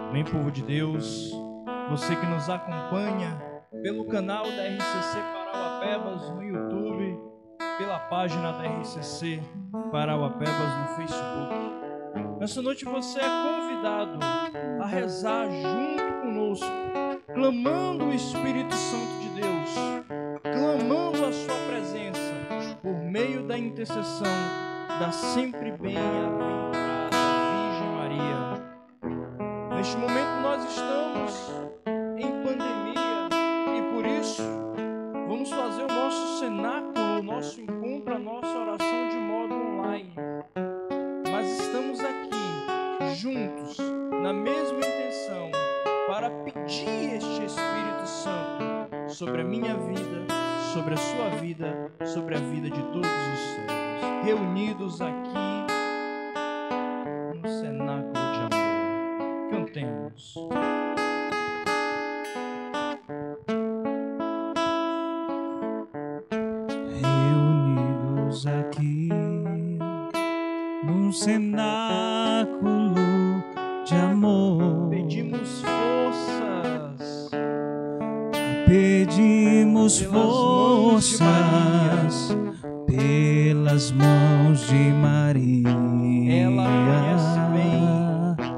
Amém, povo de Deus. Você que nos acompanha pelo canal da RCC Parauapebas no YouTube, pela página da RCC Parauapebas no Facebook. Nessa noite você é convidado a rezar junto conosco, clamando o Espírito Santo de Deus, clamando a sua presença por meio da intercessão da sempre bem-aventurada Virgem Maria. Neste momento nós estamos em pandemia e por isso vamos fazer o nosso cenáculo, o nosso encontro, a nossa oração de modo online. Mas estamos aqui juntos, na mesma intenção, para pedir este Espírito Santo sobre a minha vida, sobre a sua vida, sobre a vida de todos os servos, reunidos aqui no cenáculo de amor. Cantemos. Reunidos aqui num cenáculo de amor, Pedimos forças, pedimos pelas forças pelas mãos de Maria. Ela conhece bem.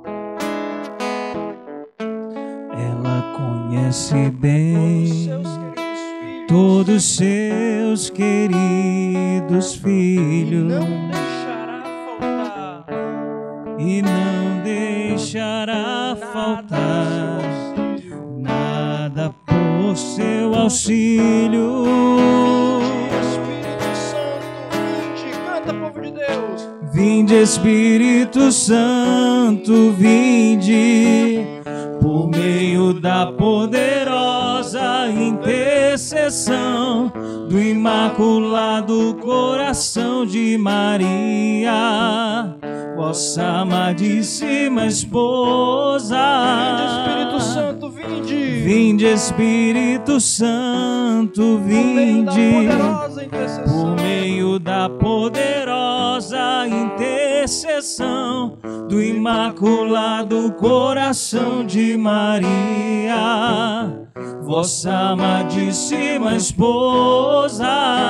Ela conhece bem todos seus queridos filhos, todos seus queridos filhos, e não deixará faltar e não deixará faltar nada por seu auxílio. Espírito Santo, vinde, canta, povo de Deus. Vinde, Espírito Santo, vinde, por meio da poderosa intercessão do Imaculado Coração de Maria, vossa amadíssima esposa. Vinde, Espírito Santo, vinde. Vinde, Espírito Santo, vinde, por meio da poderosa intercessão do Imaculado Coração de Maria, vossa amadíssima esposa,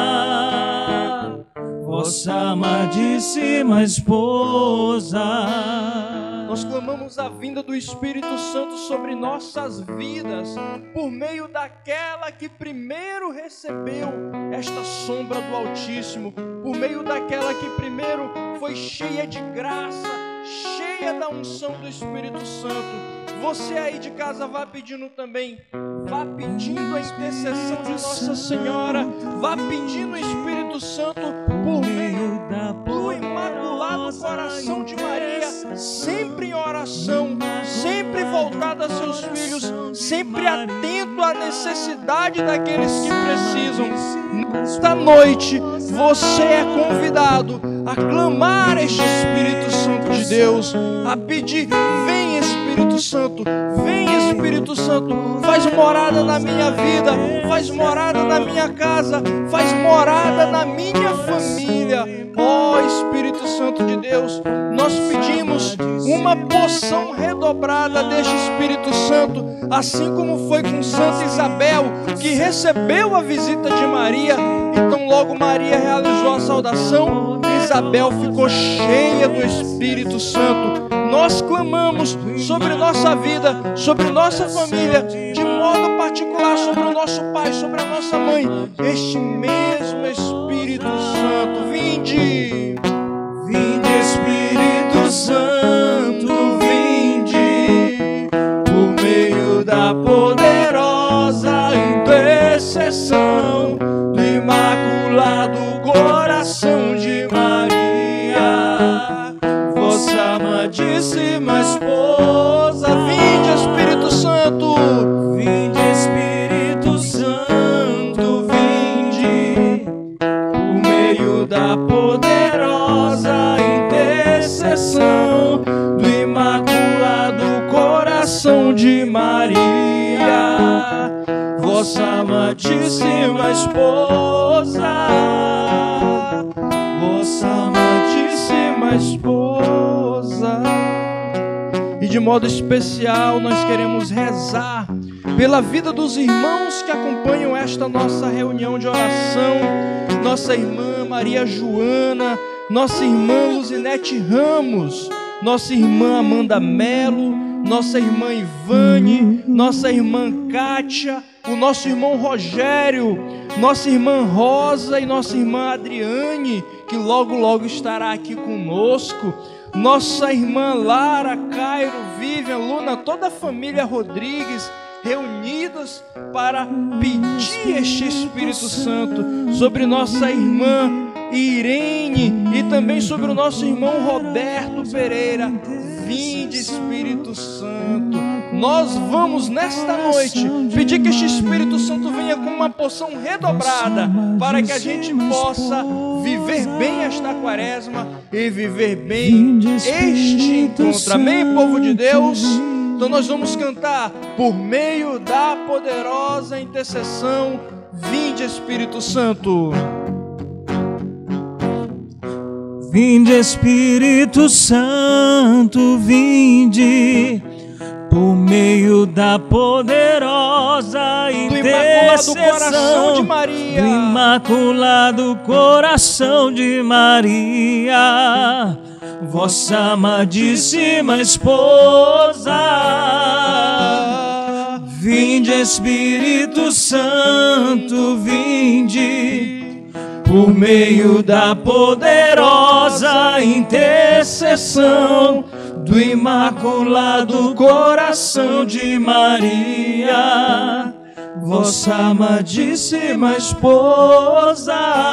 vossa amadíssima esposa. Nós clamamos a vinda do Espírito Santo sobre nossas vidas, por meio daquela que primeiro recebeu esta sombra do Altíssimo, por meio daquela que primeiro foi cheia de graça, cheia da unção do Espírito Santo. Você aí de casa vá pedindo também, vá pedindo a intercessão de Nossa Senhora, vá pedindo o Espírito Santo por meio do Imaculado Coração de Maria, sempre em oração, sempre voltado a seus filhos, sempre atento à necessidade daqueles que precisam. Nesta noite, você é convidado a clamar este Espírito Santo de Deus, a pedir: vem Espírito Santo, vem Espírito Santo, faz morada na minha vida, faz morada na minha casa, faz morada na minha família. Ó Espírito Santo de Deus, nós pedimos uma porção redobrada deste Espírito Santo, assim como foi com Santa Isabel, que recebeu a visita de Maria. Então logo Maria realizou a saudação, Isabel ficou cheia do Espírito Santo. Nós clamamos sobre nossa vida, sobre nossa família, de modo particular sobre o nosso pai, sobre a nossa mãe, este mesmo Espírito Santo. Vinde, vinde, Espírito Santo, vinde, por meio da poderosa intercessão do Imaculado Coração de Maria, vossa amadíssima esposa. Vinde, Espírito Santo, vinde, Espírito Santo, vinde, por meio da poderosa intercessão do Imaculado Coração de Maria, vossa amadíssima esposa, vossa amadíssima esposa. e de modo especial nós queremos rezar pela vida dos irmãos que acompanham esta nossa reunião de oração. Nossa irmã Maria Joana, nossa irmã Luzinete Ramos, nossa irmã Amanda Melo, nossa irmã Ivane, nossa irmã Kátia, o nosso irmão Rogério, nossa irmã Rosa e nossa irmã Adriane, que logo logo estará aqui conosco, nossa irmã Lara, Cairo, Vivian, Luna, toda a família Rodrigues, reunidos para pedir este Espírito Santo sobre nossa irmã Irene e também sobre o nosso irmão Roberto Pereira. Vinde, Espírito Santo. Nós vamos nesta noite pedir que este Espírito Santo venha com uma porção redobrada para que a gente possa viver bem esta quaresma e viver bem este encontro. Amém, povo de Deus? Então nós vamos cantar por meio da poderosa intercessão. Vinde, Espírito Santo. Vinde, Espírito Santo, vinde, por meio da poderosa intercessão do Imaculado Coração de Maria, do Imaculado Coração de Maria, vossa amadíssima esposa. Vinde, Espírito Santo, vinde, por meio da poderosa intercessão do Imaculado Coração de Maria, vossa amadíssima esposa,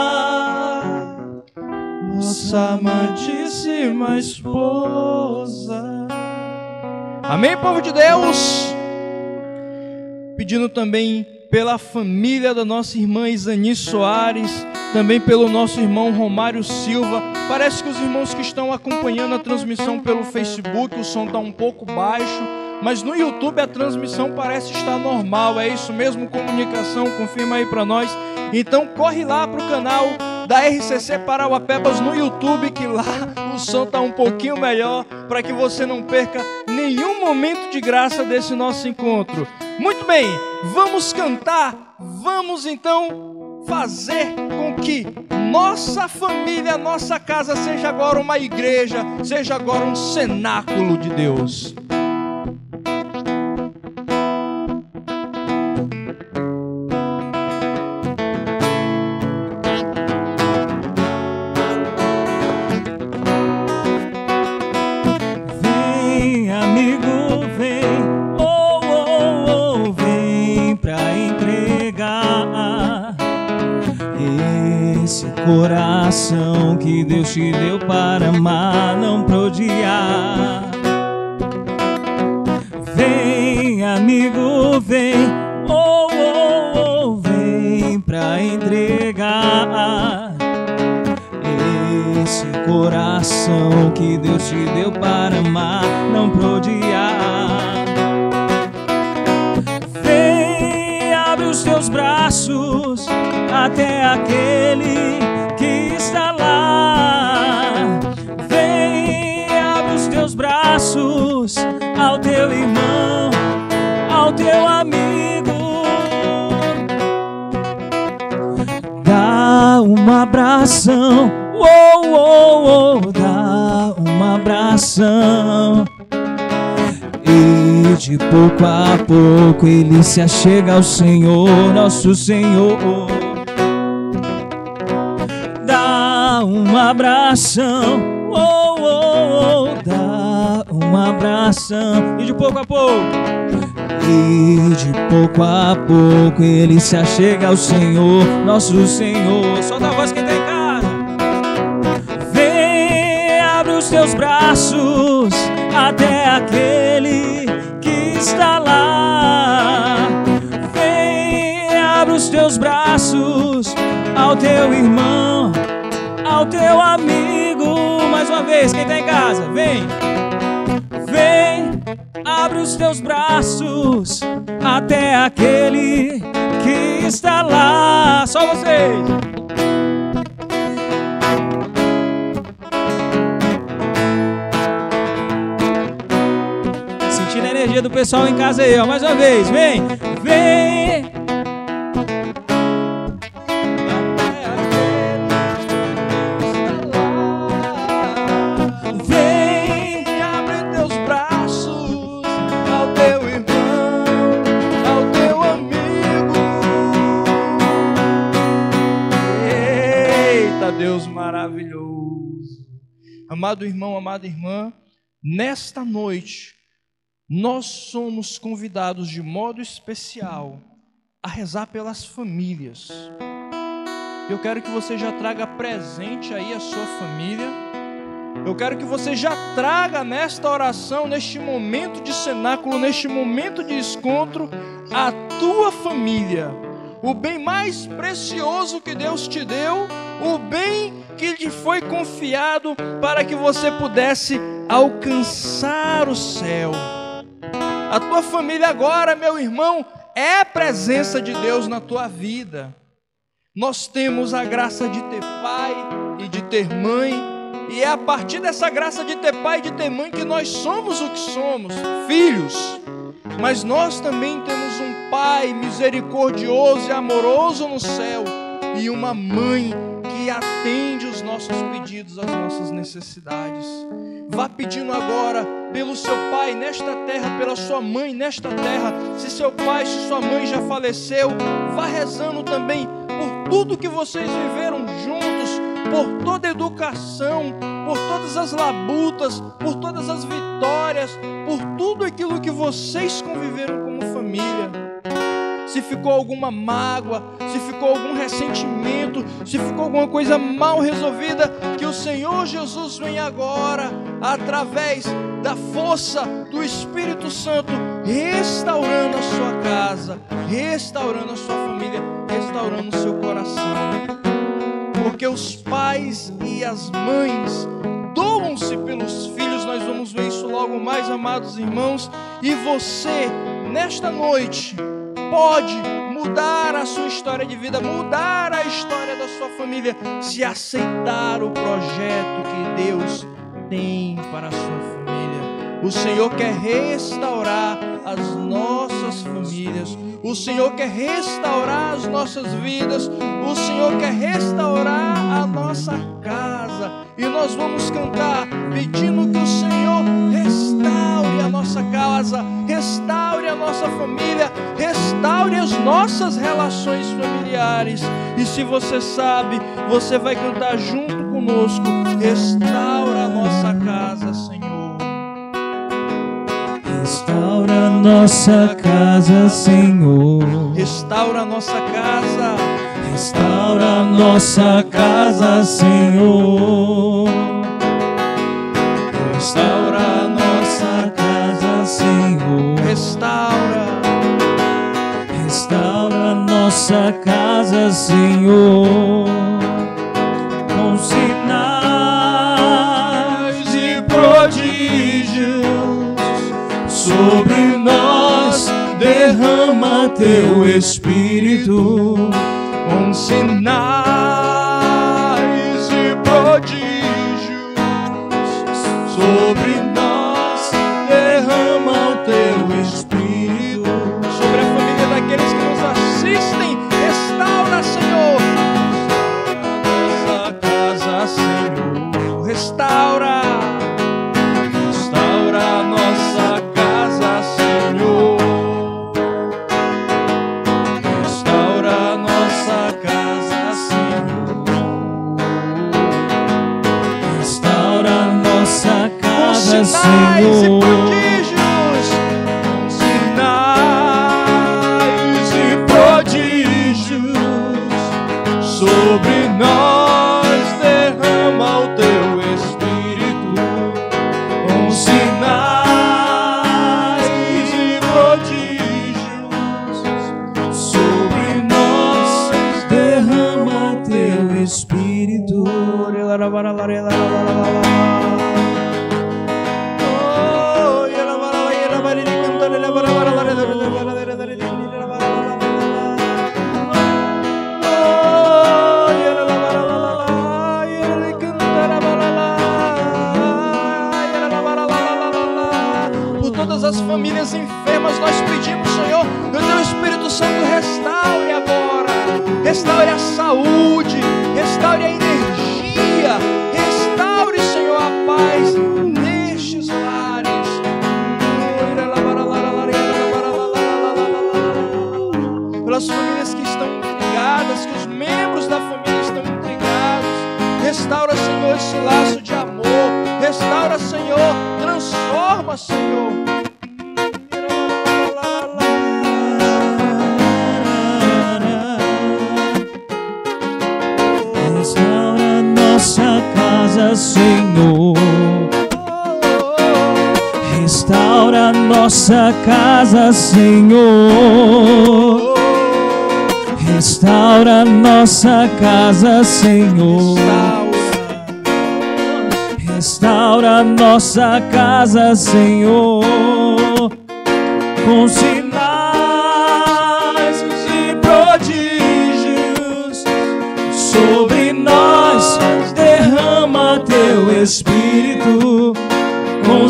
vossa amadíssima esposa. Amém, povo de Deus? Pedindo também pela família da nossa irmã Isani Soares, também pelo nosso irmão Romário Silva. Parece que os irmãos que estão acompanhando a transmissão pelo Facebook, o som está um pouco baixo, mas no YouTube a transmissão parece estar normal. É isso mesmo, comunicação, confirma aí para nós. Então corre lá para o canal da RCC Parauapebas no YouTube, que lá o som está um pouquinho melhor, para que você não perca nenhum momento de graça desse nosso encontro. Muito bem, vamos cantar, vamos então fazer com que nossa família, nossa casa seja agora uma igreja, seja agora um cenáculo de Deus. Coração que Deus te deu para amar, não pra odiar. Vem, amigo, vem, oh, oh, oh, vem pra entregar esse coração que Deus te deu para amar, não pra odiar. Vem, abre os teus braços até aquele que está lá. Vem, abre os teus braços ao teu irmão, ao teu amigo. Dá um abração, oh, oh, oh, dá um abração. E de pouco a pouco ele se achega ao Senhor, nosso Senhor. Um abração, oh, oh, oh, dá um abração. E de pouco a pouco, e de pouco a pouco ele se achega ao Senhor, nosso Senhor. Solta a voz quem tá em casa. Vem, abre os teus braços até aquele que está lá. Vem, abre os teus braços ao teu irmão, ao teu amigo. Mais uma vez, quem tá em casa, vem. Vem, abre os teus braços até aquele que está lá. Só vocês. ousadia do pessoal em casa aí, ó. Mais uma vez, vem, vem. Vem, abre teus braços ao teu irmão, ao teu amigo. Eita, Deus maravilhoso. Amado irmão, amada irmã, nesta noite, nós somos convidados de modo especial a rezar pelas famílias. Eu quero que você já traga presente aí a sua família. Eu quero que você já traga nesta oração, neste momento de cenáculo, neste momento de encontro, a tua família. O bem mais precioso que Deus te deu, o bem que lhe foi confiado para que você pudesse alcançar o céu. A tua família agora, meu irmão, é a presença de Deus na tua vida. Nós temos a graça de ter pai e de ter mãe, e é a partir dessa graça de ter pai e de ter mãe que nós somos o que somos, filhos. Mas nós também temos um pai misericordioso e amoroso no céu, e uma mãe que atende os nossos pedidos, as nossas necessidades. Vá pedindo agora pelo seu pai nesta terra, pela sua mãe nesta terra. Se seu pai, se sua mãe já faleceu, vá rezando também por tudo que vocês viveram juntos, por toda a educação, por todas as labutas, por todas as vitórias, por tudo aquilo que vocês conviveram como família. Se ficou alguma mágoa, se ficou algum ressentimento, se ficou alguma coisa mal resolvida, que o Senhor Jesus venha agora, através da força do Espírito Santo, restaurando a sua casa, restaurando a sua família, restaurando o seu coração. Porque os pais e as mães doam-se pelos filhos, nós vamos ver isso logo mais, amados irmãos. E você, nesta noite, pode mudar a sua história de vida, mudar a história da sua família, se aceitar o projeto que Deus tem para a sua família. O Senhor quer restaurar as nossas famílias, o Senhor quer restaurar as nossas vidas, o Senhor quer restaurar a nossa casa. E nós vamos cantar pedindo que o Senhor restaure a nossa casa, restaure a nossa família, restaure as nossas relações familiares. E se você sabe, você vai cantar junto conosco: restaura a nossa casa, Senhor. Restaura nossa casa, Senhor. Restaura a nossa casa. Restaura nossa casa, Senhor. Restaura nossa casa, Senhor. Restaura. Restaura nossa casa, Senhor. Com sinais e prodígios sobre nós, derrama teu Espírito. Com sinais e prodígios sobre nós, derrama o teu Espírito. Sobre a família daqueles que nos assistem, restaura, Senhor, nossa casa, Senhor. Restaura. Restaura a nossa casa, Senhor. Sinais e prodígios, sinais e prodígios sobre nós, derrama o teu Espírito. Com sinais e prodígios sobre nós, derrama teu Espírito. Por todas as famílias enfermas, nós pedimos, Senhor, que o Teu Espírito Santo restaure agora, restaure a saúde, restaure a energia, restaure, Senhor, a paz nestes lares. Pelas famílias que estão intrigadas, que os membros da família estão intrigados, restaura, Senhor, esse laço de amor, restaura, Senhor, transforma, Senhor. Restaura nossa casa, Senhor. Restaura nossa casa, Senhor. Restaura nossa casa, Senhor. Restaura nossa casa, Senhor, com sinais e prodígios sobre nós. Derrama Teu Espírito, com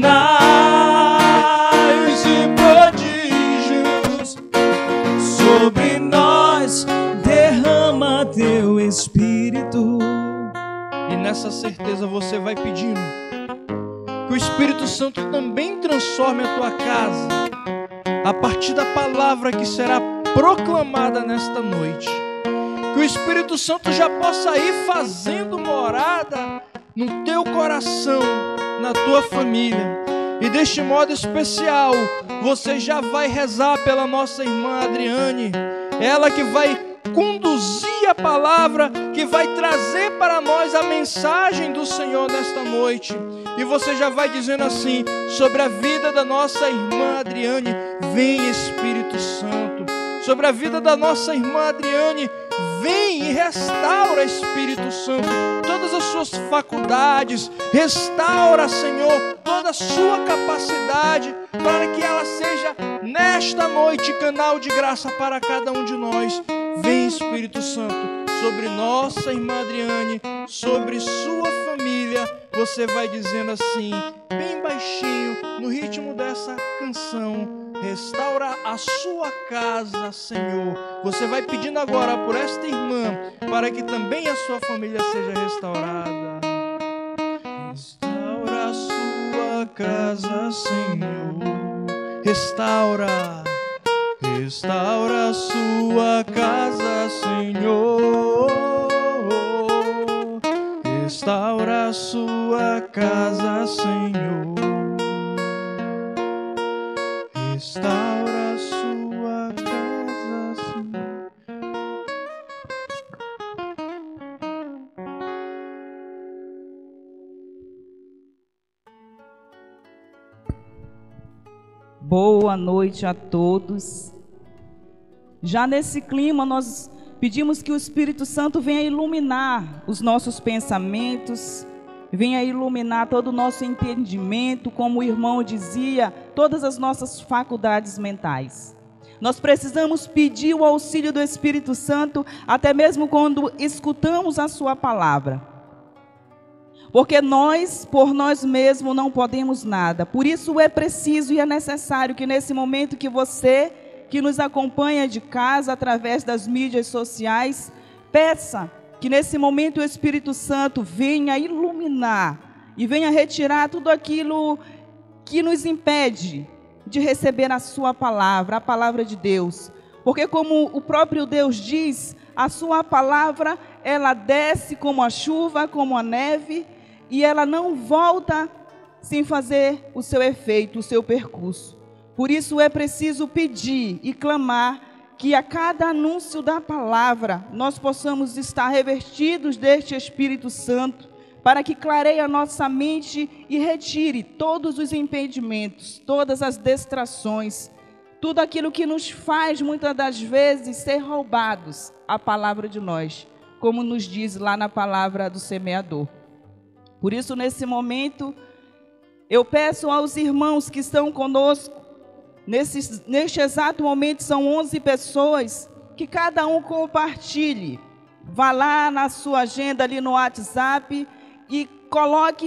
sinais e prodígios sobre nós. Derrama Teu Espírito. E nessa certeza você vai pedindo que o Espírito Santo também transforme a tua casa a partir da palavra que será proclamada nesta noite. Que o Espírito Santo já possa ir fazendo morada no teu coração, na tua família. E deste modo especial, você já vai rezar pela nossa irmã Adriane, ela que vai conduzir a palavra, que vai trazer para nós a mensagem do Senhor nesta noite. E você já vai dizendo assim, sobre a vida da nossa irmã Adriane: vem Espírito Santo. Sobre a vida da nossa irmã Adriane, vem e restaura, Espírito Santo, todas as suas faculdades. Restaura, Senhor, toda a sua capacidade, para que ela seja nesta noite canal de graça para cada um de nós. Vem, Espírito Santo, sobre nossa irmã Adriane, sobre sua família. Você vai dizendo assim, bem baixinho, no ritmo dessa canção: restaura a sua casa, Senhor. Você vai pedindo agora por esta irmã, para que também a sua família seja restaurada. Restaura a sua casa, Senhor. Restaura. Restaura a sua casa, Senhor. Restaura a sua casa, Senhor. Restaura a sua casa, Senhor. Boa noite a todos. Já nesse clima, nós pedimos que o Espírito Santo venha iluminar os nossos pensamentos, venha iluminar todo o nosso entendimento, como o irmão dizia, todas as nossas faculdades mentais. Nós precisamos pedir o auxílio do Espírito Santo, até mesmo quando escutamos a sua palavra. Porque nós, por nós mesmos, não podemos nada. Por isso é preciso e é necessário que nesse momento que você, que nos acompanha de casa, através das mídias sociais, peça que nesse momento o Espírito Santo venha iluminar e venha retirar tudo aquilo que nos impede de receber a sua palavra, a palavra de Deus. Porque como o próprio Deus diz, a sua palavra, ela desce como a chuva, como a neve, e ela não volta sem fazer o seu efeito, o seu percurso. Por isso é preciso pedir e clamar que a cada anúncio da palavra nós possamos estar revestidos deste Espírito Santo, para que clareie a nossa mente e retire todos os impedimentos, todas as distrações, tudo aquilo que nos faz muitas das vezes ser roubados a palavra de nós, como nos diz lá na palavra do semeador. Por isso, nesse momento, eu peço aos irmãos que estão conosco, neste exato momento são 11 pessoas, que cada um compartilhe, vá lá na sua agenda ali no WhatsApp e coloque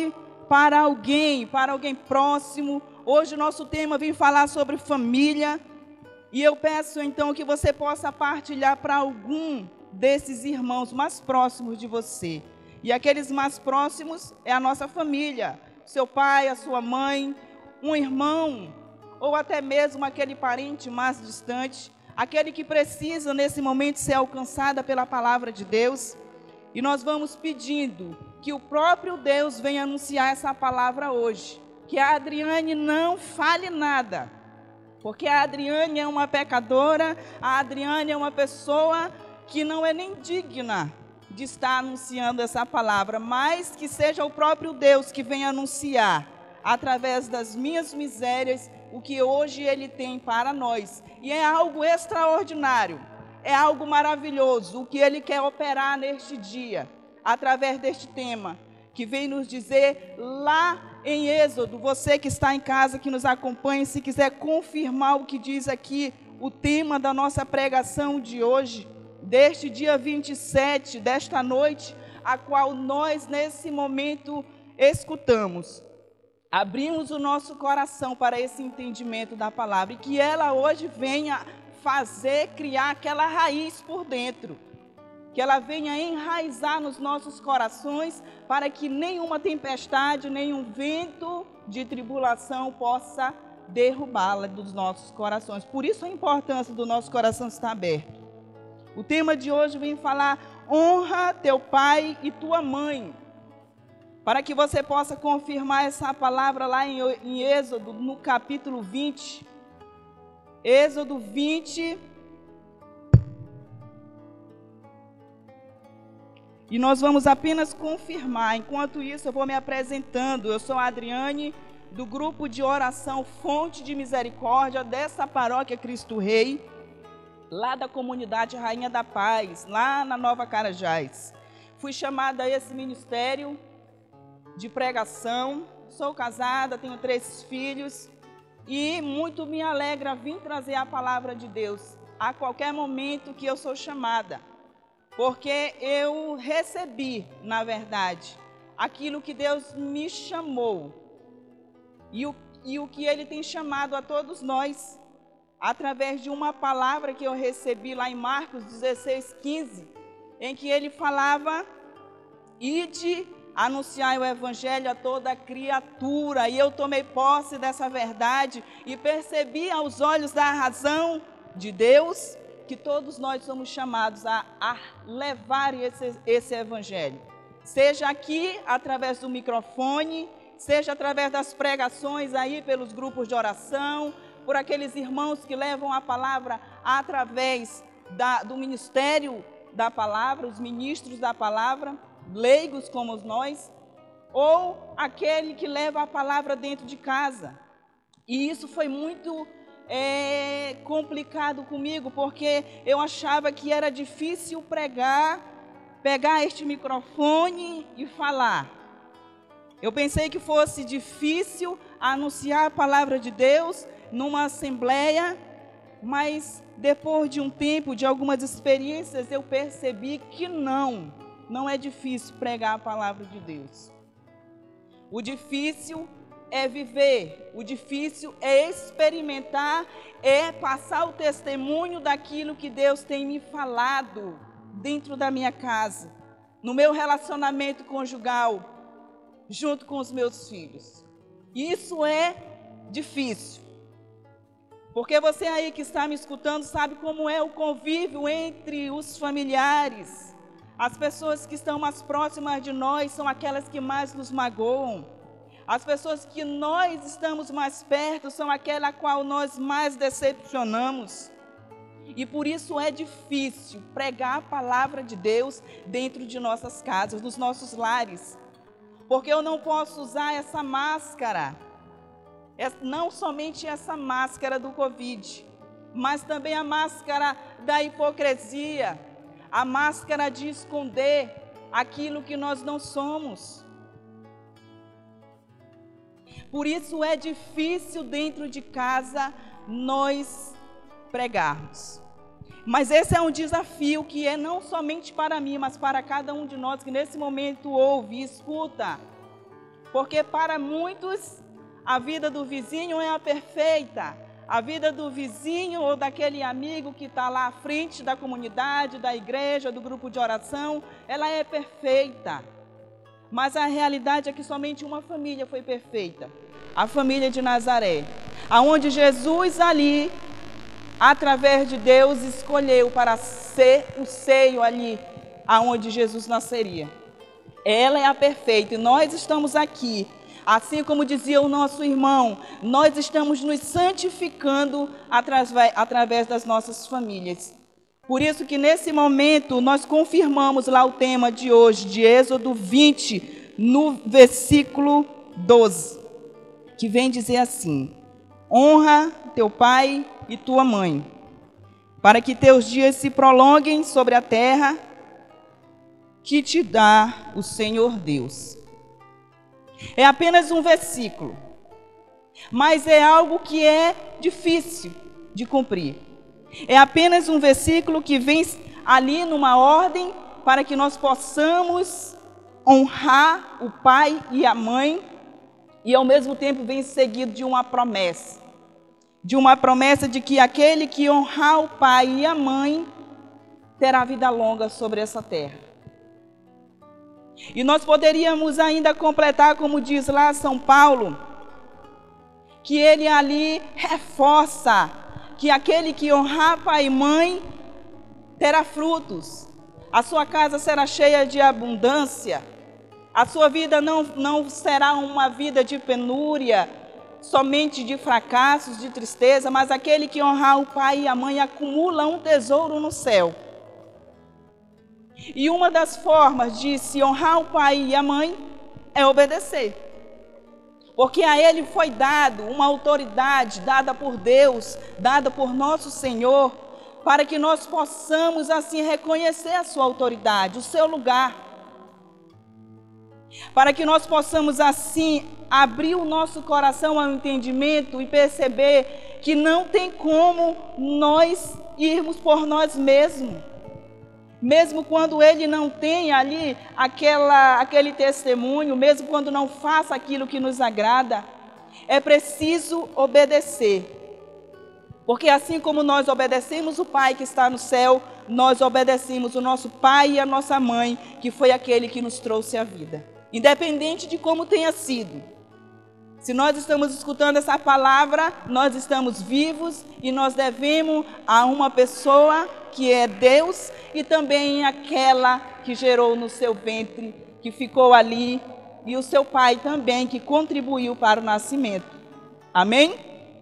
para alguém próximo. Hoje o nosso tema vem falar sobre família. E eu peço então que você possa partilhar para algum desses irmãos mais próximos de você. E aqueles mais próximos é a nossa família. Seu pai, a sua mãe, um irmão, ou até mesmo aquele parente mais distante, aquele que precisa nesse momento ser alcançada pela palavra de Deus. E nós vamos pedindo que o próprio Deus venha anunciar essa palavra hoje. Que a Adriane não fale nada, porque a Adriane é uma pecadora, a Adriane é uma pessoa que não é nem digna de estar anunciando essa palavra, mas que seja o próprio Deus que venha anunciar, através das minhas misérias, o que hoje Ele tem para nós. E é algo extraordinário, é algo maravilhoso, o que Ele quer operar neste dia, através deste tema, que vem nos dizer lá em Êxodo. Você que está em casa, que nos acompanha, se quiser confirmar o que diz aqui, o tema da nossa pregação de hoje, deste dia 27, desta noite, a qual nós nesse momento escutamos. Abrimos o nosso coração para esse entendimento da palavra e que ela hoje venha fazer, criar aquela raiz por dentro. Que ela venha enraizar nos nossos corações para que nenhuma tempestade, nenhum vento de tribulação possa derrubá-la dos nossos corações. Por isso a importância do nosso coração estar aberto. O tema de hoje vem falar: honra teu pai e tua mãe. Para que você possa confirmar essa palavra lá em Êxodo, no capítulo 20. Êxodo 20. E nós vamos apenas confirmar. Enquanto isso, eu vou me apresentando. Eu sou a Adriane, do grupo de oração Fonte de Misericórdia, dessa paróquia Cristo Rei, lá da comunidade Rainha da Paz, lá na Nova Carajás. Fui chamada a esse ministério de pregação. Sou casada, tenho 3 filhos e muito me alegra vir trazer a palavra de Deus a qualquer momento que eu sou chamada. Porque eu recebi, na verdade, aquilo que Deus me chamou e o que Ele tem chamado a todos nós, através de uma palavra que eu recebi lá em Marcos 16:15, em que Ele falava: ide anunciar o Evangelho a toda criatura. E eu tomei posse dessa verdade e percebi aos olhos da razão de Deus que todos nós somos chamados a levar esse Evangelho. Seja aqui, através do microfone, seja através das pregações aí pelos grupos de oração, por aqueles irmãos que levam a palavra através do ministério da palavra, os ministros da palavra, leigos como nós, ou aquele que leva a palavra dentro de casa. E isso foi muito complicado comigo, porque eu achava que era difícil pegar este microfone e falar. Eu pensei que fosse difícil anunciar a palavra de Deus numa assembleia, mas depois de um tempo, de algumas experiências, eu percebi que não é difícil pregar a palavra de Deus. O difícil é viver, o difícil é experimentar, é passar o testemunho daquilo que Deus tem me falado dentro da minha casa, no meu relacionamento conjugal, junto com os meus filhos. Isso é difícil, porque você aí que está me escutando sabe como é o convívio entre os familiares. As pessoas que estão mais próximas de nós são aquelas que mais nos magoam. As pessoas que nós estamos mais perto são aquelas a qual nós mais decepcionamos. E por isso é difícil pregar a palavra de Deus dentro de nossas casas, nos nossos lares. Porque eu não posso usar essa máscara, não somente essa máscara do Covid, mas também a máscara da hipocrisia, a máscara de esconder aquilo que nós não somos. Por isso é difícil dentro de casa nós pregarmos. Mas esse é um desafio que é não somente para mim, mas para cada um de nós que nesse momento ouve e escuta. Porque para muitos, a vida do vizinho é a perfeita. A vida do vizinho ou daquele amigo que está lá à frente da comunidade, da igreja, do grupo de oração, ela é perfeita. Mas a realidade é que somente uma família foi perfeita. A família de Nazaré. Aonde Jesus ali, através de Deus, escolheu para ser o seio ali, aonde Jesus nasceria. Ela é a perfeita e nós estamos aqui. Assim como dizia o nosso irmão, nós estamos nos santificando através das nossas famílias. Por isso que nesse momento nós confirmamos lá o tema de hoje, de Êxodo 20, no versículo 12, que vem dizer assim: honra teu pai e tua mãe, para que teus dias se prolonguem sobre a terra que te dá o Senhor Deus. É apenas um versículo, mas é algo que é difícil de cumprir. É apenas um versículo que vem ali numa ordem para que nós possamos honrar o pai e a mãe, e ao mesmo tempo vem seguido de uma promessa de que aquele que honrar o pai e a mãe terá vida longa sobre essa terra. E nós poderíamos ainda completar, como diz lá São Paulo, que ele ali reforça que aquele que honrar pai e mãe terá frutos. A sua casa será cheia de abundância. A sua vida não será uma vida de penúria, somente de fracassos, de tristeza, mas aquele que honrar o pai e a mãe acumula um tesouro no céu. E uma das formas de se honrar o pai e a mãe é obedecer. Porque a ele foi dado uma autoridade dada por Deus, dada por nosso Senhor, para que nós possamos assim reconhecer a sua autoridade, o seu lugar. Para que nós possamos assim abrir o nosso coração ao entendimento e perceber que não tem como nós irmos por nós mesmos. Mesmo quando ele não tem ali aquele testemunho, mesmo quando não faça aquilo que nos agrada, é preciso obedecer. Porque assim como nós obedecemos o Pai que está no céu, nós obedecemos o nosso pai e a nossa mãe, que foi aquele que nos trouxe a vida. Independente de como tenha sido. Se nós estamos escutando essa palavra, nós estamos vivos e nós devemos a uma pessoa que é Deus e também aquela que gerou no seu ventre, que ficou ali, e o seu pai também, que contribuiu para o nascimento. Amém?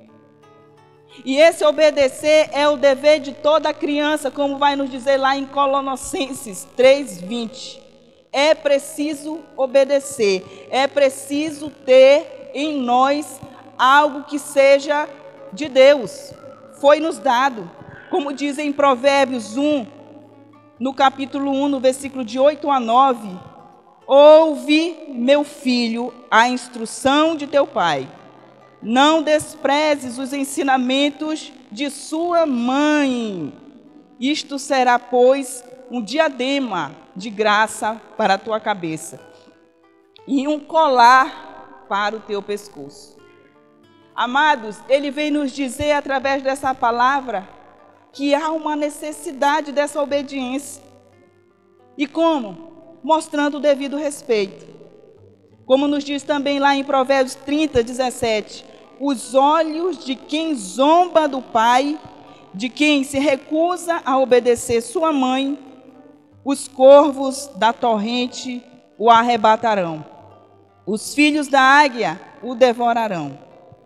E esse obedecer é o dever de toda criança, como vai nos dizer lá em Colossenses 3:20. É preciso obedecer, é preciso ter em nós algo que seja de Deus, foi nos dado. Como diz em Provérbios 1, no capítulo 1, no versículo de 8 a 9, ouve, meu filho, a instrução de teu pai. Não desprezes os ensinamentos de sua mãe. Isto será, pois, um diadema de graça para a tua cabeça e um colar para o teu pescoço. Amados, ele vem nos dizer através dessa palavra que há uma necessidade dessa obediência. E como? Mostrando o devido respeito. Como nos diz também lá em Provérbios 30:17, os olhos de quem zomba do pai, de quem se recusa a obedecer sua mãe, os corvos da torrente o arrebatarão, os filhos da águia o devorarão.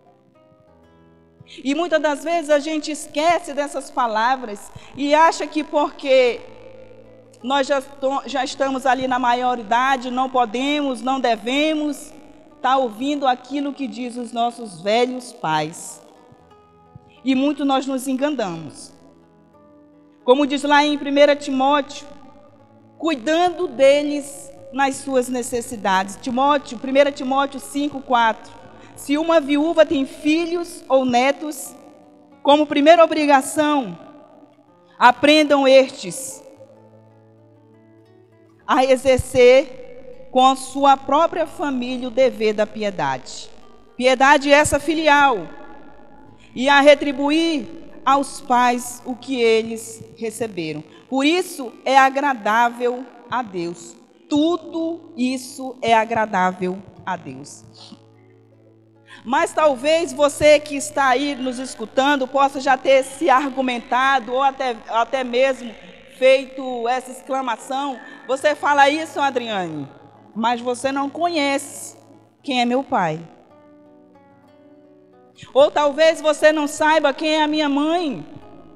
E muitas das vezes a gente esquece dessas palavras e acha que porque nós já estamos ali na maioridade, não podemos, não devemos estar ouvindo aquilo que diz os nossos velhos pais. E muito nós nos enganamos. Como diz lá em 1 Timóteo, cuidando deles nas suas necessidades. 1 Timóteo 5:4. Se uma viúva tem filhos ou netos, como primeira obrigação, aprendam estes a exercer com a sua própria família o dever da piedade. Piedade essa filial, e a retribuir aos pais o que eles receberam. Por isso é agradável a Deus. Tudo isso é agradável a Deus. Mas talvez você que está aí nos escutando possa já ter se argumentado ou até mesmo feito essa exclamação. Você fala isso, Adriane, mas você não conhece quem é meu pai. Ou talvez você não saiba quem é a minha mãe.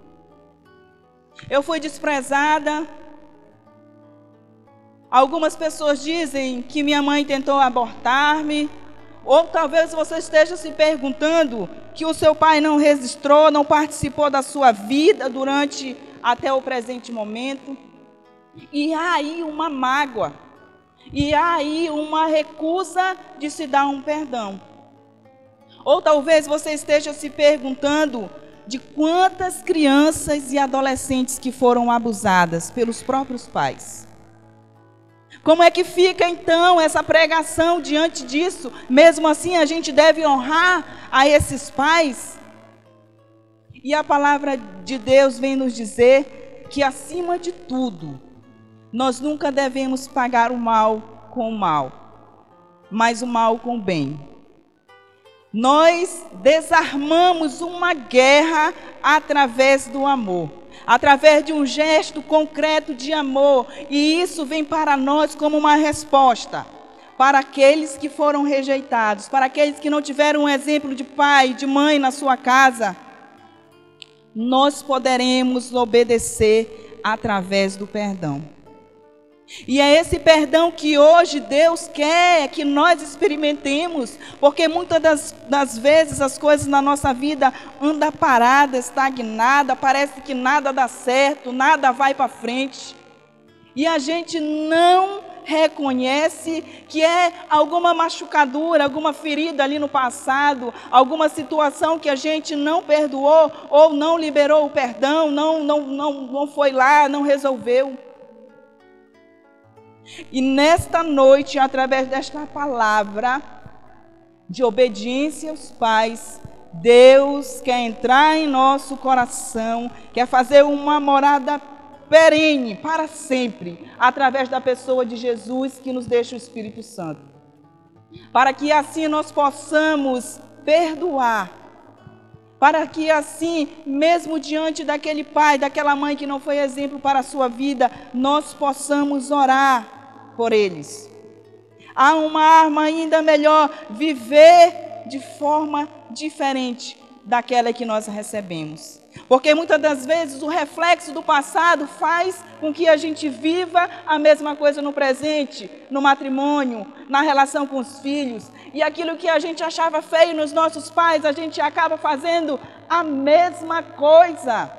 Eu fui desprezada. Algumas pessoas dizem que minha mãe tentou abortar-me. Ou talvez você esteja se perguntando que o seu pai não registrou, não participou da sua vida durante até o presente momento. E há aí uma mágoa. E há aí uma recusa de se dar um perdão. Ou talvez você esteja se perguntando de quantas crianças e adolescentes que foram abusadas pelos próprios pais. Como é que fica então essa pregação diante disso? Mesmo assim a gente deve honrar a esses pais? E a palavra de Deus vem nos dizer que acima de tudo, nós nunca devemos pagar o mal com o mal, mas o mal com o bem. Nós desarmamos uma guerra através do amor, através de um gesto concreto de amor, e isso vem para nós como uma resposta para aqueles que foram rejeitados, para aqueles que não tiveram um exemplo de pai, de mãe na sua casa. Nós poderemos obedecer através do perdão. E é esse perdão que hoje Deus quer que nós experimentemos, porque muitas das vezes as coisas na nossa vida andam paradas, estagnadas, parece que nada dá certo, nada vai para frente. E a gente não reconhece que é alguma machucadura, alguma ferida ali no passado, alguma situação que a gente não perdoou ou não liberou o perdão, não foi lá, não resolveu. E nesta noite, através desta palavra de obediência aos pais, Deus quer entrar em nosso coração, quer fazer uma morada perene, para sempre, através da pessoa de Jesus que nos deixa o Espírito Santo. Para que assim nós possamos perdoar, para que assim, mesmo diante daquele pai, daquela mãe que não foi exemplo para a sua vida, nós possamos orar por eles. Há uma arma ainda melhor, viver de forma diferente daquela que nós recebemos. Porque muitas das vezes o reflexo do passado faz com que a gente viva a mesma coisa no presente, no matrimônio, na relação com os filhos. E aquilo que a gente achava feio nos nossos pais, a gente acaba fazendo a mesma coisa.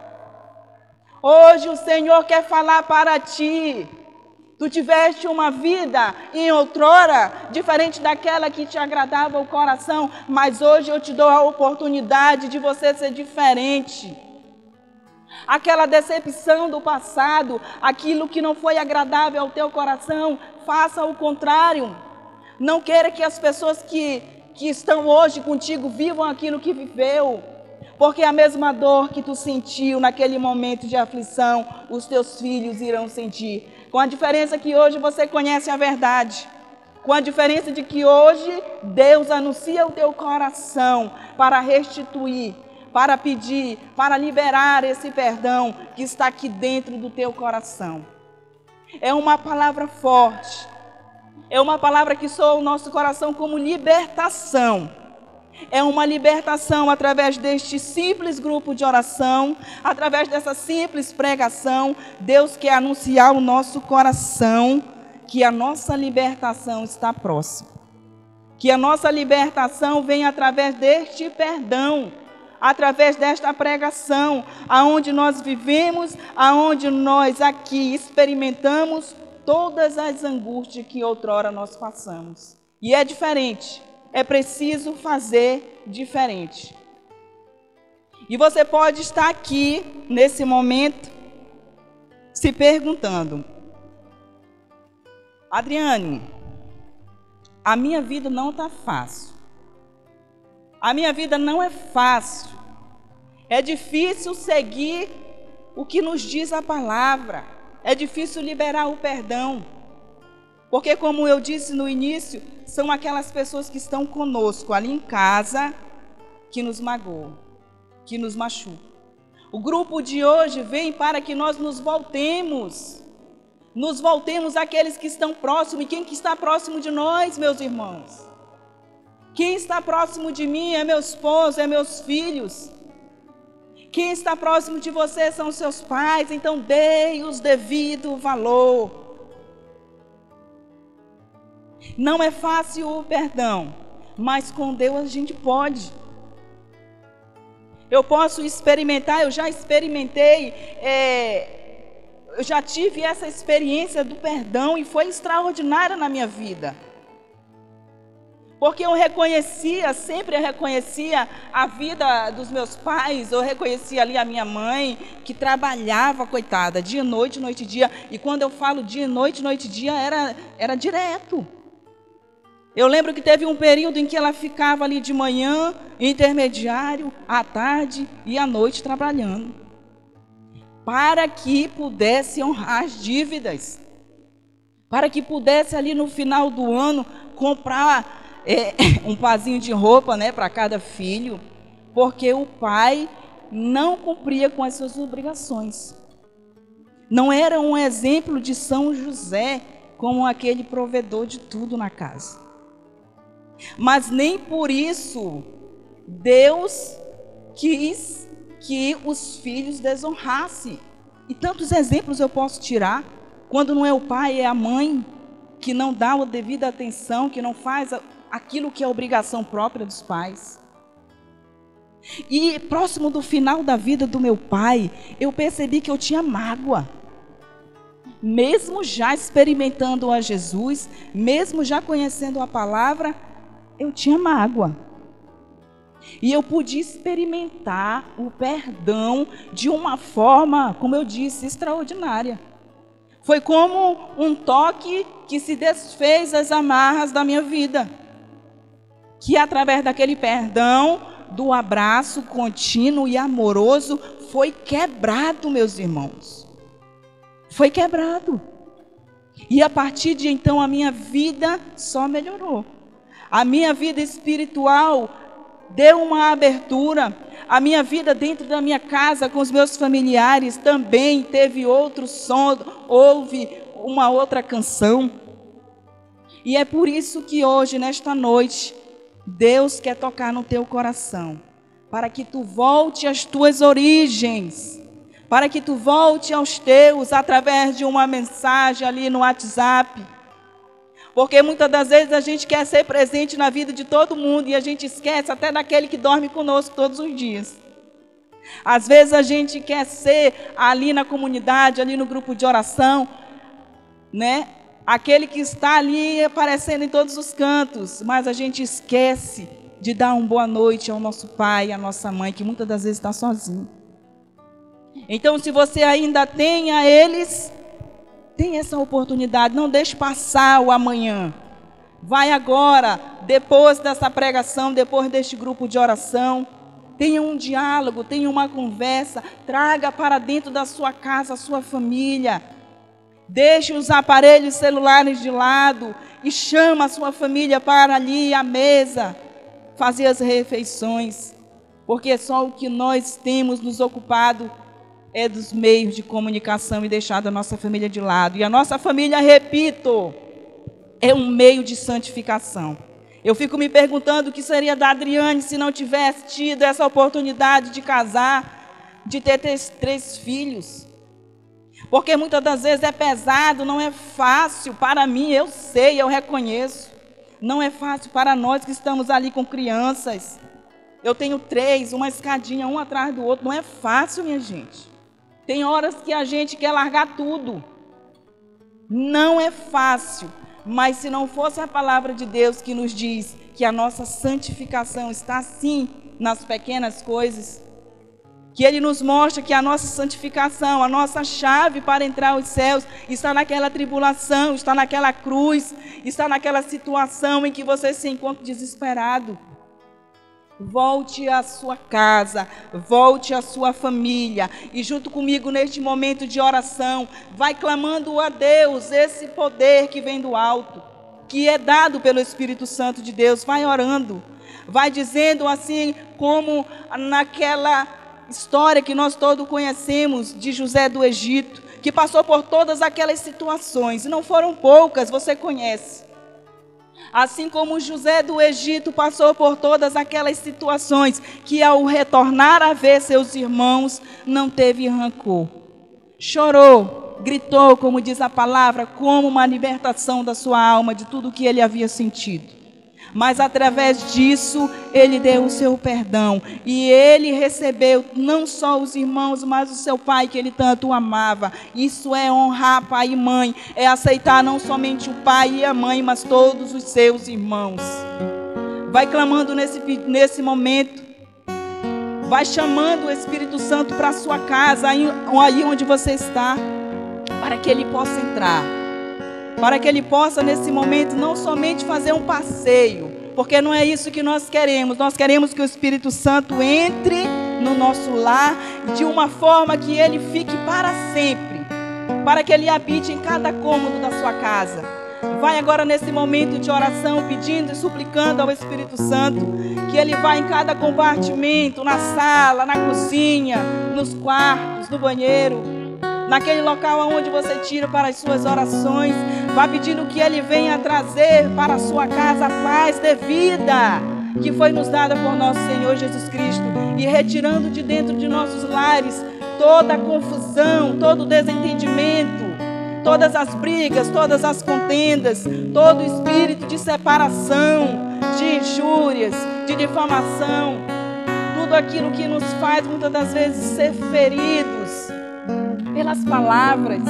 Hoje o Senhor quer falar para ti. Tu tiveste uma vida em outrora, diferente daquela que te agradava o coração, mas hoje eu te dou a oportunidade de você ser diferente. Aquela decepção do passado, aquilo que não foi agradável ao teu coração, faça o contrário. Não queira que as pessoas que estão hoje contigo vivam aquilo que viveu. Porque a mesma dor que tu sentiu naquele momento de aflição, os teus filhos irão sentir. Com a diferença que hoje você conhece a verdade. Com a diferença de que hoje Deus anuncia o teu coração para restituir, para pedir, para liberar esse perdão que está aqui dentro do teu coração. É uma palavra forte. É uma palavra que soa o nosso coração como libertação. É uma libertação através deste simples grupo de oração, através dessa simples pregação. Deus quer anunciar ao nosso coração que a nossa libertação está próxima. Que a nossa libertação vem através deste perdão, através desta pregação, aonde nós vivemos, aonde nós aqui experimentamos todas as angústias que outrora nós passamos. E é diferente. É preciso fazer diferente. E você pode estar aqui, nesse momento, se perguntando: Adriane, A minha vida não está fácil. A minha vida não é fácil. É difícil seguir o que nos diz a palavra. É difícil liberar o perdão. Porque, como eu disse no início, são aquelas pessoas que estão conosco ali em casa que nos magoam, que nos machucam. O grupo de hoje vem para que nós nos voltemos àqueles que estão próximos. E quem que está próximo de nós, meus irmãos? Quem está próximo de mim é meu esposo, é meus filhos. Quem está próximo de você são seus pais. Então dê-os devido valor. Não é fácil o perdão, mas com Deus a gente pode. Eu posso experimentar, eu já experimentei, eu já tive essa experiência do perdão e foi extraordinária na minha vida. Porque eu sempre reconhecia a vida dos meus pais, eu reconhecia ali a minha mãe, que trabalhava, coitada, dia, noite e dia. E quando eu falo dia, noite e dia, era direto. Eu lembro que teve um período em que ela ficava ali de manhã, intermediário, à tarde e à noite trabalhando, para que pudesse honrar as dívidas, para que pudesse ali no final do ano comprar um pazinho de roupa, né, para cada filho, porque o pai não cumpria com as suas obrigações. Não era um exemplo de São José como aquele provedor de tudo na casa. Mas nem por isso Deus quis que os filhos desonrassem. E tantos exemplos eu posso tirar, quando não é o pai, é a mãe, que não dá a devida atenção, que não faz aquilo que é obrigação própria dos pais. E próximo do final da vida do meu pai, eu percebi que eu tinha mágoa. Mesmo já experimentando a Jesus, mesmo já conhecendo a palavra, eu tinha mágoa. E eu pude experimentar o perdão de uma forma, como eu disse, extraordinária. Foi como um toque que se desfez as amarras da minha vida. Que através daquele perdão, do abraço contínuo e amoroso, foi quebrado, meus irmãos. Foi quebrado. E a partir de então a minha vida só melhorou. A minha vida espiritual deu uma abertura. A minha vida dentro da minha casa com os meus familiares também teve outro som, houve uma outra canção. E é por isso que hoje, nesta noite, Deus quer tocar no teu coração, para que tu volte às tuas origens, para que tu volte aos teus através de uma mensagem ali no WhatsApp. Porque muitas das vezes a gente quer ser presente na vida de todo mundo e a gente esquece até daquele que dorme conosco todos os dias. Às vezes a gente quer ser ali na comunidade, ali no grupo de oração, né? Aquele que está ali aparecendo em todos os cantos, mas a gente esquece de dar uma boa noite ao nosso pai, à nossa mãe, que muitas das vezes está sozinho. Então, se você ainda tem a eles, tem essa oportunidade, não deixe passar o amanhã. Vai agora, depois dessa pregação, depois deste grupo de oração, tenha um diálogo, tenha uma conversa, traga para dentro da sua casa a sua família. Deixe os aparelhos celulares de lado e chama a sua família para ali à mesa, fazer as refeições, porque só o que nós temos nos ocupado é dos meios de comunicação e deixado a nossa família de lado. E a nossa família, repito, é um meio de santificação. Eu fico me perguntando o que seria da Adriane se não tivesse tido essa oportunidade de casar, de ter três filhos. Porque muitas das vezes é pesado, não é fácil para mim, eu sei, eu reconheço. Não é fácil para nós que estamos ali com crianças. Eu tenho 3, uma escadinha, um atrás do outro. Não é fácil, minha gente. Tem horas que a gente quer largar tudo. Não é fácil. Mas se não fosse a palavra de Deus que nos diz que a nossa santificação está sim nas pequenas coisas, Que Ele nos mostra que a nossa santificação, a nossa chave para entrar aos céus está naquela tribulação, está naquela cruz, está naquela situação em que você se encontra desesperado. Volte à sua casa, volte à sua família e junto comigo neste momento de oração, vai clamando a Deus esse poder que vem do alto, que é dado pelo Espírito Santo de Deus. Vai orando, vai dizendo assim como naquela história que nós todos conhecemos de José do Egito, que passou por todas aquelas situações, e não foram poucas, você conhece. Assim como José do Egito passou por todas aquelas situações, que ao retornar a ver seus irmãos, não teve rancor. Chorou, gritou, como diz a palavra, como uma libertação da sua alma, de tudo que ele havia sentido. Mas através disso, ele deu o seu perdão. E ele recebeu não só os irmãos, mas o seu pai que ele tanto amava. Isso é honrar pai e mãe. É aceitar não somente o pai e a mãe, mas todos os seus irmãos. Vai clamando nesse momento. Vai chamando o Espírito Santo para a sua casa, aí onde você está, para que ele possa entrar. Para que ele possa, nesse momento, não somente fazer um passeio, porque não é isso que nós queremos. Nós queremos que o Espírito Santo entre no nosso lar de uma forma que ele fique para sempre, para que ele habite em cada cômodo da sua casa. Vai agora nesse momento de oração, pedindo e suplicando ao Espírito Santo, que ele vá em cada compartimento, na sala, na cozinha, nos quartos, no banheiro, naquele local onde você tira para as suas orações. Vá pedindo que ele venha trazer para a sua casa a paz devida, que foi nos dada por nosso Senhor Jesus Cristo, e retirando de dentro de nossos lares toda a confusão, todo o desentendimento, todas as brigas, todas as contendas, todo o espírito de separação, de injúrias, de difamação, tudo aquilo que nos faz muitas das vezes ser feridos pelas palavras.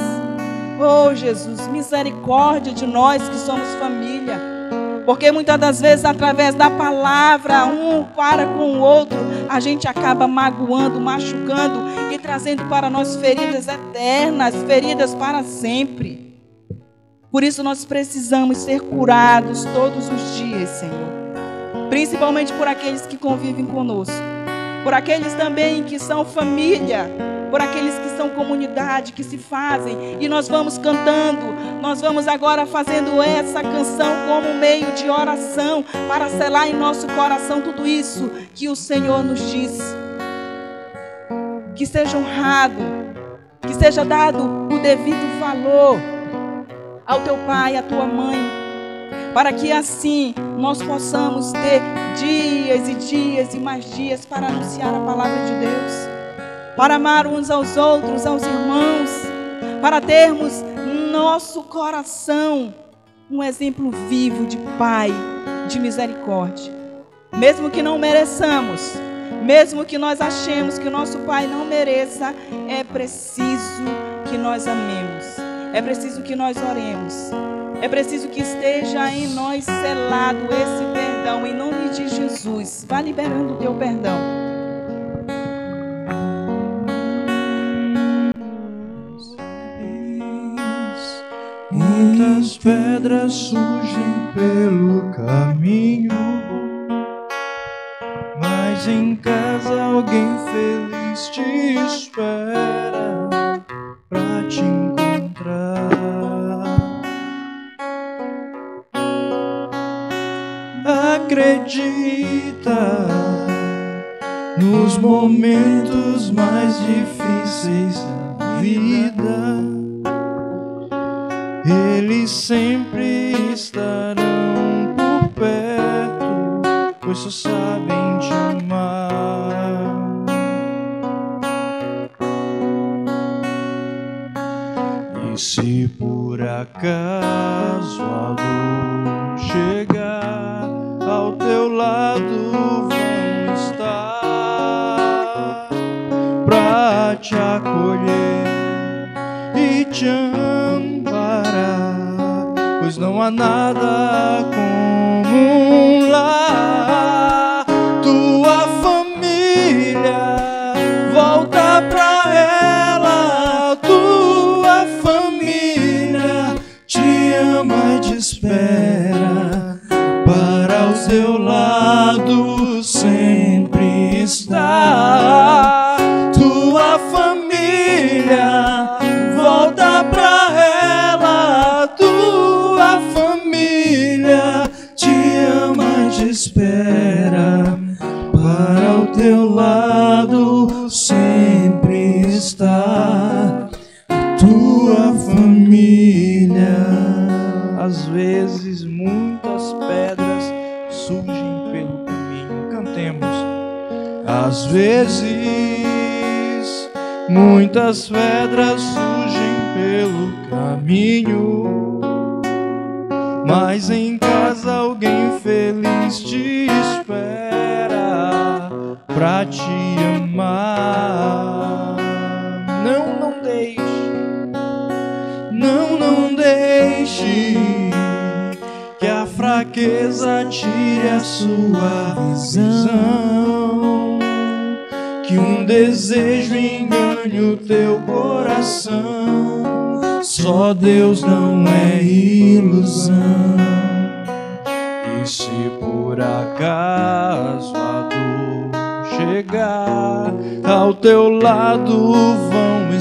Oh Jesus, misericórdia de nós que somos família, porque muitas das vezes através da palavra, um para com o outro, a gente acaba magoando, machucando e trazendo para nós feridas eternas, feridas para sempre. Por isso nós precisamos ser curados todos os dias, Senhor, principalmente por aqueles que convivem conosco, por aqueles também que são família, por aqueles que são comunidade, que se fazem, e nós vamos cantando, nós vamos agora fazendo essa canção como meio de oração, para selar em nosso coração tudo isso que o Senhor nos diz. Que seja honrado, que seja dado o devido valor ao teu pai, à tua mãe, para que assim nós possamos ter dias e dias e mais dias para anunciar a palavra de Deus, para amar uns aos outros, aos irmãos, para termos no nosso coração um exemplo vivo de Pai, de misericórdia. Mesmo que não mereçamos, mesmo que nós achemos que o nosso Pai não mereça, é preciso que nós amemos, é preciso que nós oremos, é preciso que esteja em nós selado esse perdão, em nome de Jesus. Vá liberando o teu perdão. Muitas pedras surgem pelo caminho, mas em casa alguém feliz te espera pra te encontrar. Acredita, nos momentos mais difíceis da vida, eles sempre estarão por perto, pois só sabem te amar. E se por acaso a dor chegar, ao teu lado vão estar pra te acolher e te amparar, pois não há nada como um lar. Tua família volta temos. Às vezes, muitas pedras surgem pelo caminho, mas em casa alguém feliz te espera pra te amar. Não deixe que a fraqueza tire a sua visão, que um desejo engane o teu coração. Só Deus não é ilusão. E se por acaso a dor chegar, ao teu lado vão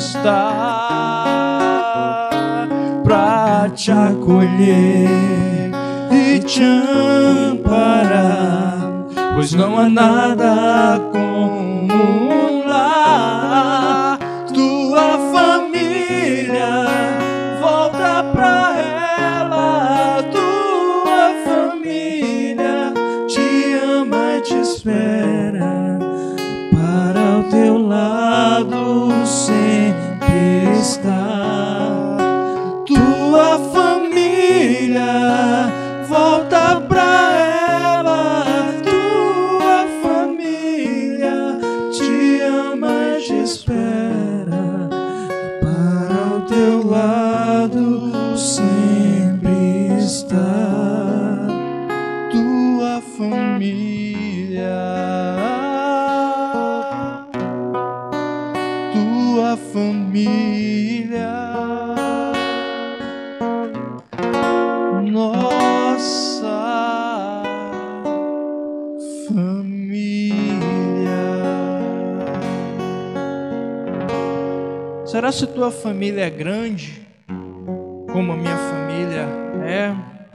estar pra te acolher e te amparar, pois não há nada como um lar. Tua família, volta pra ela. Tua família te ama e te espera, para o teu lado sempre estar. Tua família, volta pra ela. Tua família te ama e te espera, para o teu lado sempre estar. Tua família, tua família, nossa família. Será se tua família é grande, como a minha família é?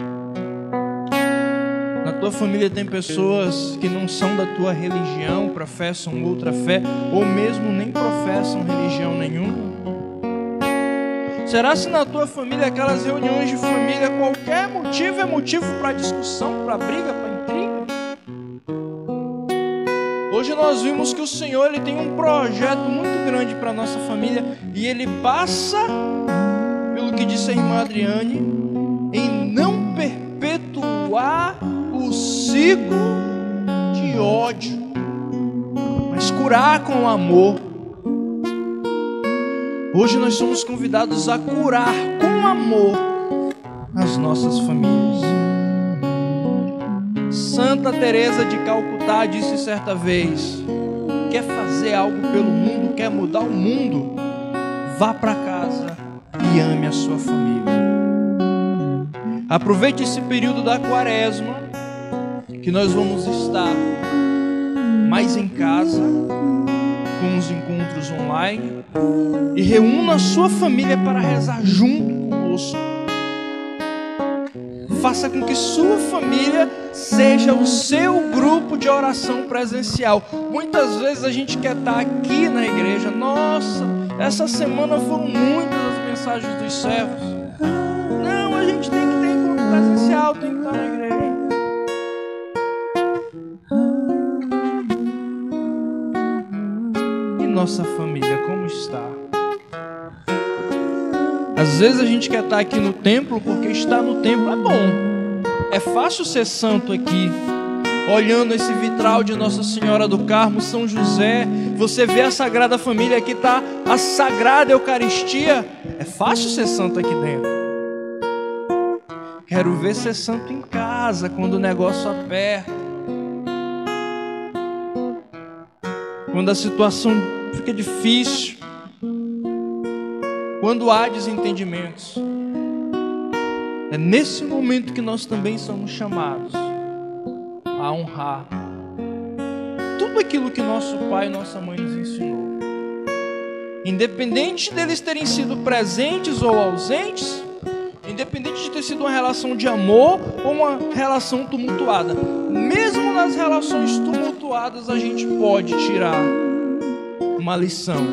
Na tua família tem pessoas que não são da tua religião, professam outra fé, ou mesmo nem professam religião nenhuma? Será se na tua família, aquelas reuniões de família, qualquer motivo é motivo para discussão, para briga, para intriga? Hoje nós vimos que o Senhor, Ele tem um projeto muito grande para a nossa família, e Ele passa, pelo que disse a irmã Adriane, em não perpetuar o ciclo de ódio, mas curar com amor. Hoje nós somos convidados a curar com amor as nossas famílias. Santa Teresa de Calcutá disse certa vez: quer fazer algo pelo mundo, quer mudar o mundo, vá para casa e ame a sua família. Aproveite esse período da quaresma, que nós vamos estar mais em casa, com os encontros online, e reúna a sua família para rezar junto conosco. Faça com que sua família seja o seu grupo de oração presencial. Muitas vezes a gente quer estar aqui na igreja. Nossa, essa semana foram muitas as mensagens dos servos. Não, a gente tem que ter encontro presencial, tem que estar na igreja. E nossa família, como está? Às vezes a gente quer estar aqui no templo porque estar no templo é bom. É fácil ser santo aqui. Olhando esse vitral de Nossa Senhora do Carmo, São José, você vê a Sagrada Família, aqui está a Sagrada Eucaristia. É fácil ser santo aqui dentro. Quero ver ser santo em casa, quando o negócio aperta, quando a situação fica difícil, quando há desentendimentos. É nesse momento que nós também somos chamados a honrar tudo aquilo que nosso pai e nossa mãe nos ensinou. Independente deles terem sido presentes ou ausentes, independente de ter sido uma relação de amor ou uma relação tumultuada, mesmo nas relações tumultuadas a gente pode tirar uma lição.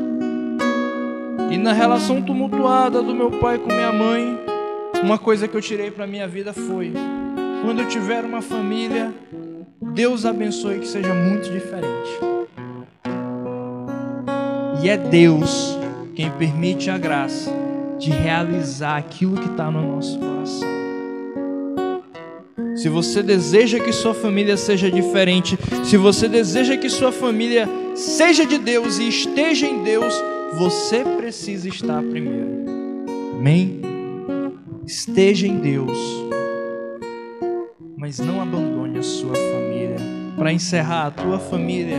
E na relação tumultuada do meu pai com minha mãe, uma coisa que eu tirei para minha vida foi: quando eu tiver uma família, Deus abençoe, que seja muito diferente. E é Deus quem permite a graça de realizar aquilo que está no nosso coração. Se você deseja que sua família seja diferente, se você deseja que sua família seja de Deus e esteja em Deus, você precisa estar primeiro. Amém? Esteja em Deus, mas não abandone a sua família. Para encerrar, a tua família,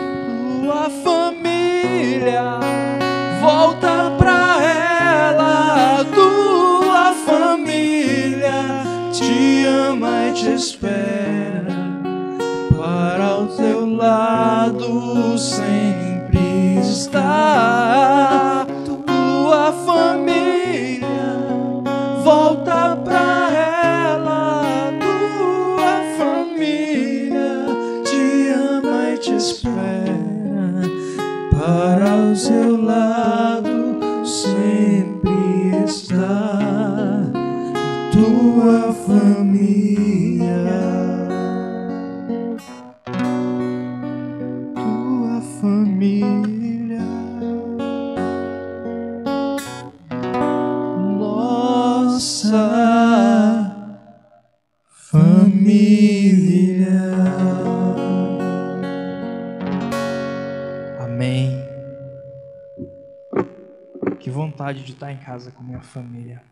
volta pra ela. Tua família te ama e te espera, para o teu lado sempre está. Tua família, volta pra ela. Tua família te ama e te espera, para o seu lado sempre está. Tua família, tua família, nossa família. Amém. Que vontade de estar em casa com minha família.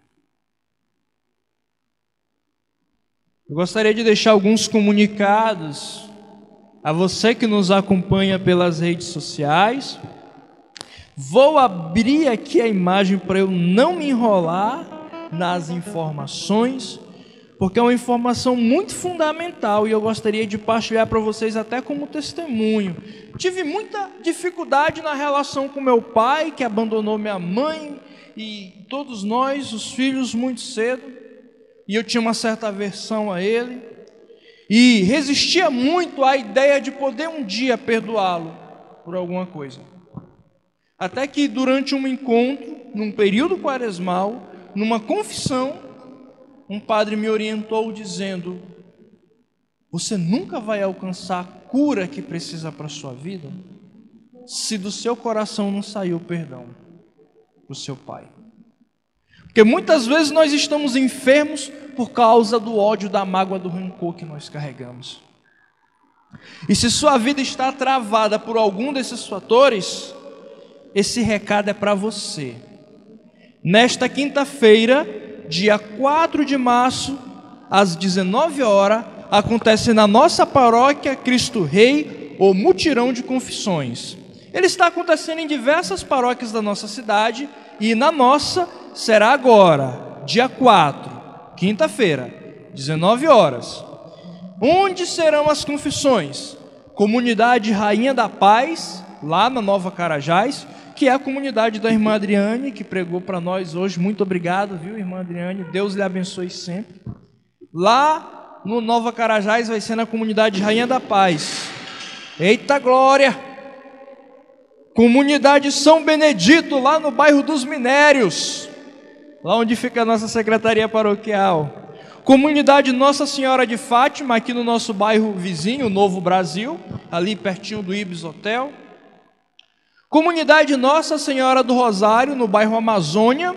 Eu gostaria de deixar alguns comunicados a você que nos acompanha pelas redes sociais. Vou abrir aqui a imagem para eu não me enrolar nas informações, porque é uma informação muito fundamental e eu gostaria de partilhar para vocês até como testemunho. Tive muita dificuldade na relação com meu pai, que abandonou minha mãe e todos nós, os filhos, muito cedo. E eu tinha uma certa aversão a ele, e resistia muito à ideia de poder um dia perdoá-lo por alguma coisa. Até que durante um encontro, num período quaresmal, numa confissão, um padre me orientou dizendo: você nunca vai alcançar a cura que precisa para a sua vida se do seu coração não sair o perdão para o seu pai. Porque muitas vezes nós estamos enfermos por causa do ódio, da mágoa, do rancor que nós carregamos. E se sua vida está travada por algum desses fatores, esse recado é para você. Nesta quinta-feira, dia 4 de março, às 19 horas, acontece na nossa paróquia Cristo Rei o mutirão de confissões. Ele está acontecendo em diversas paróquias da nossa cidade e na nossa será agora, dia 4, quinta-feira, 19 horas. Onde serão as confissões? Comunidade Rainha da Paz, lá na Nova Carajás, que é a comunidade da irmã Adriane, que pregou para nós hoje. Muito obrigado, viu, irmã Adriane? Deus lhe abençoe sempre. Lá no Nova Carajás vai ser na comunidade Rainha da Paz. Eita glória! Comunidade São Benedito, lá no bairro dos Minérios, lá onde fica a nossa secretaria paroquial. Comunidade Nossa Senhora de Fátima, aqui no nosso bairro vizinho, Novo Brasil, ali pertinho do Ibis Hotel. Comunidade Nossa Senhora do Rosário, no bairro Amazônia.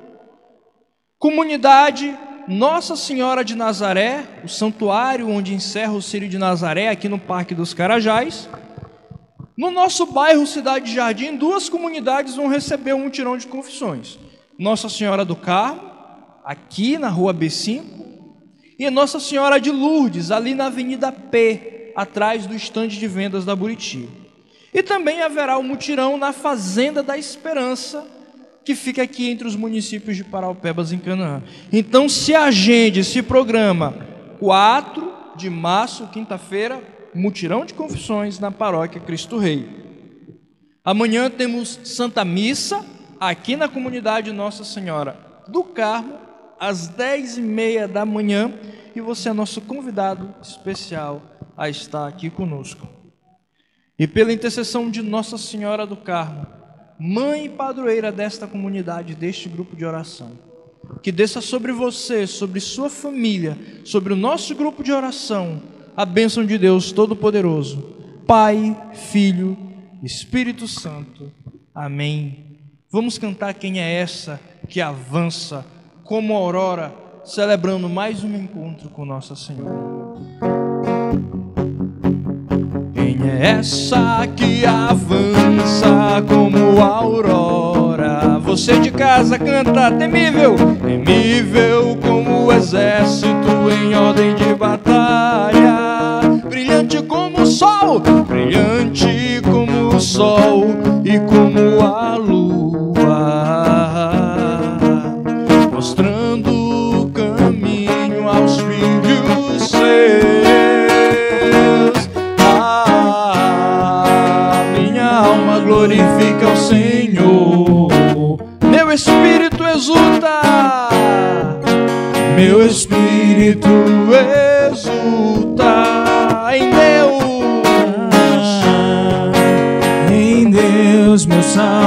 Comunidade Nossa Senhora de Nazaré, o santuário onde encerra o Círio de Nazaré, aqui no Parque dos Carajás. No nosso bairro Cidade Jardim, 2 comunidades vão receber um mutirão de confissões. Nossa Senhora do Carmo, aqui na rua B5, e Nossa Senhora de Lourdes, ali na Avenida P, atrás do estande de vendas da Buriti. E também haverá um mutirão na Fazenda da Esperança, que fica aqui entre os municípios de Paraupebas e Canaã. Então se agende, se programa, 4 de março, quinta-feira, mutirão de confissões na paróquia Cristo Rei. Amanhã temos Santa Missa, aqui na comunidade Nossa Senhora do Carmo, às 10h30 da manhã, e você é nosso convidado especial a estar aqui conosco. E pela intercessão de Nossa Senhora do Carmo, mãe e padroeira desta comunidade, deste grupo de oração, que desça sobre você, sobre sua família, sobre o nosso grupo de oração, a bênção de Deus Todo-Poderoso, Pai, Filho, Espírito Santo. Amém. Vamos cantar Quem é essa que avança como a aurora, celebrando mais um encontro com Nossa Senhora. Quem é essa que avança como a aurora? Você de casa canta, temível, temível como o exército em ordem de batalha, brilhante como o sol, brilhante como o sol e como a lua, mostrando o caminho aos filhos seus. Minha alma glorifica o Senhor, meu espírito exulta, meu espírito exulta em Deus, meu Salvador.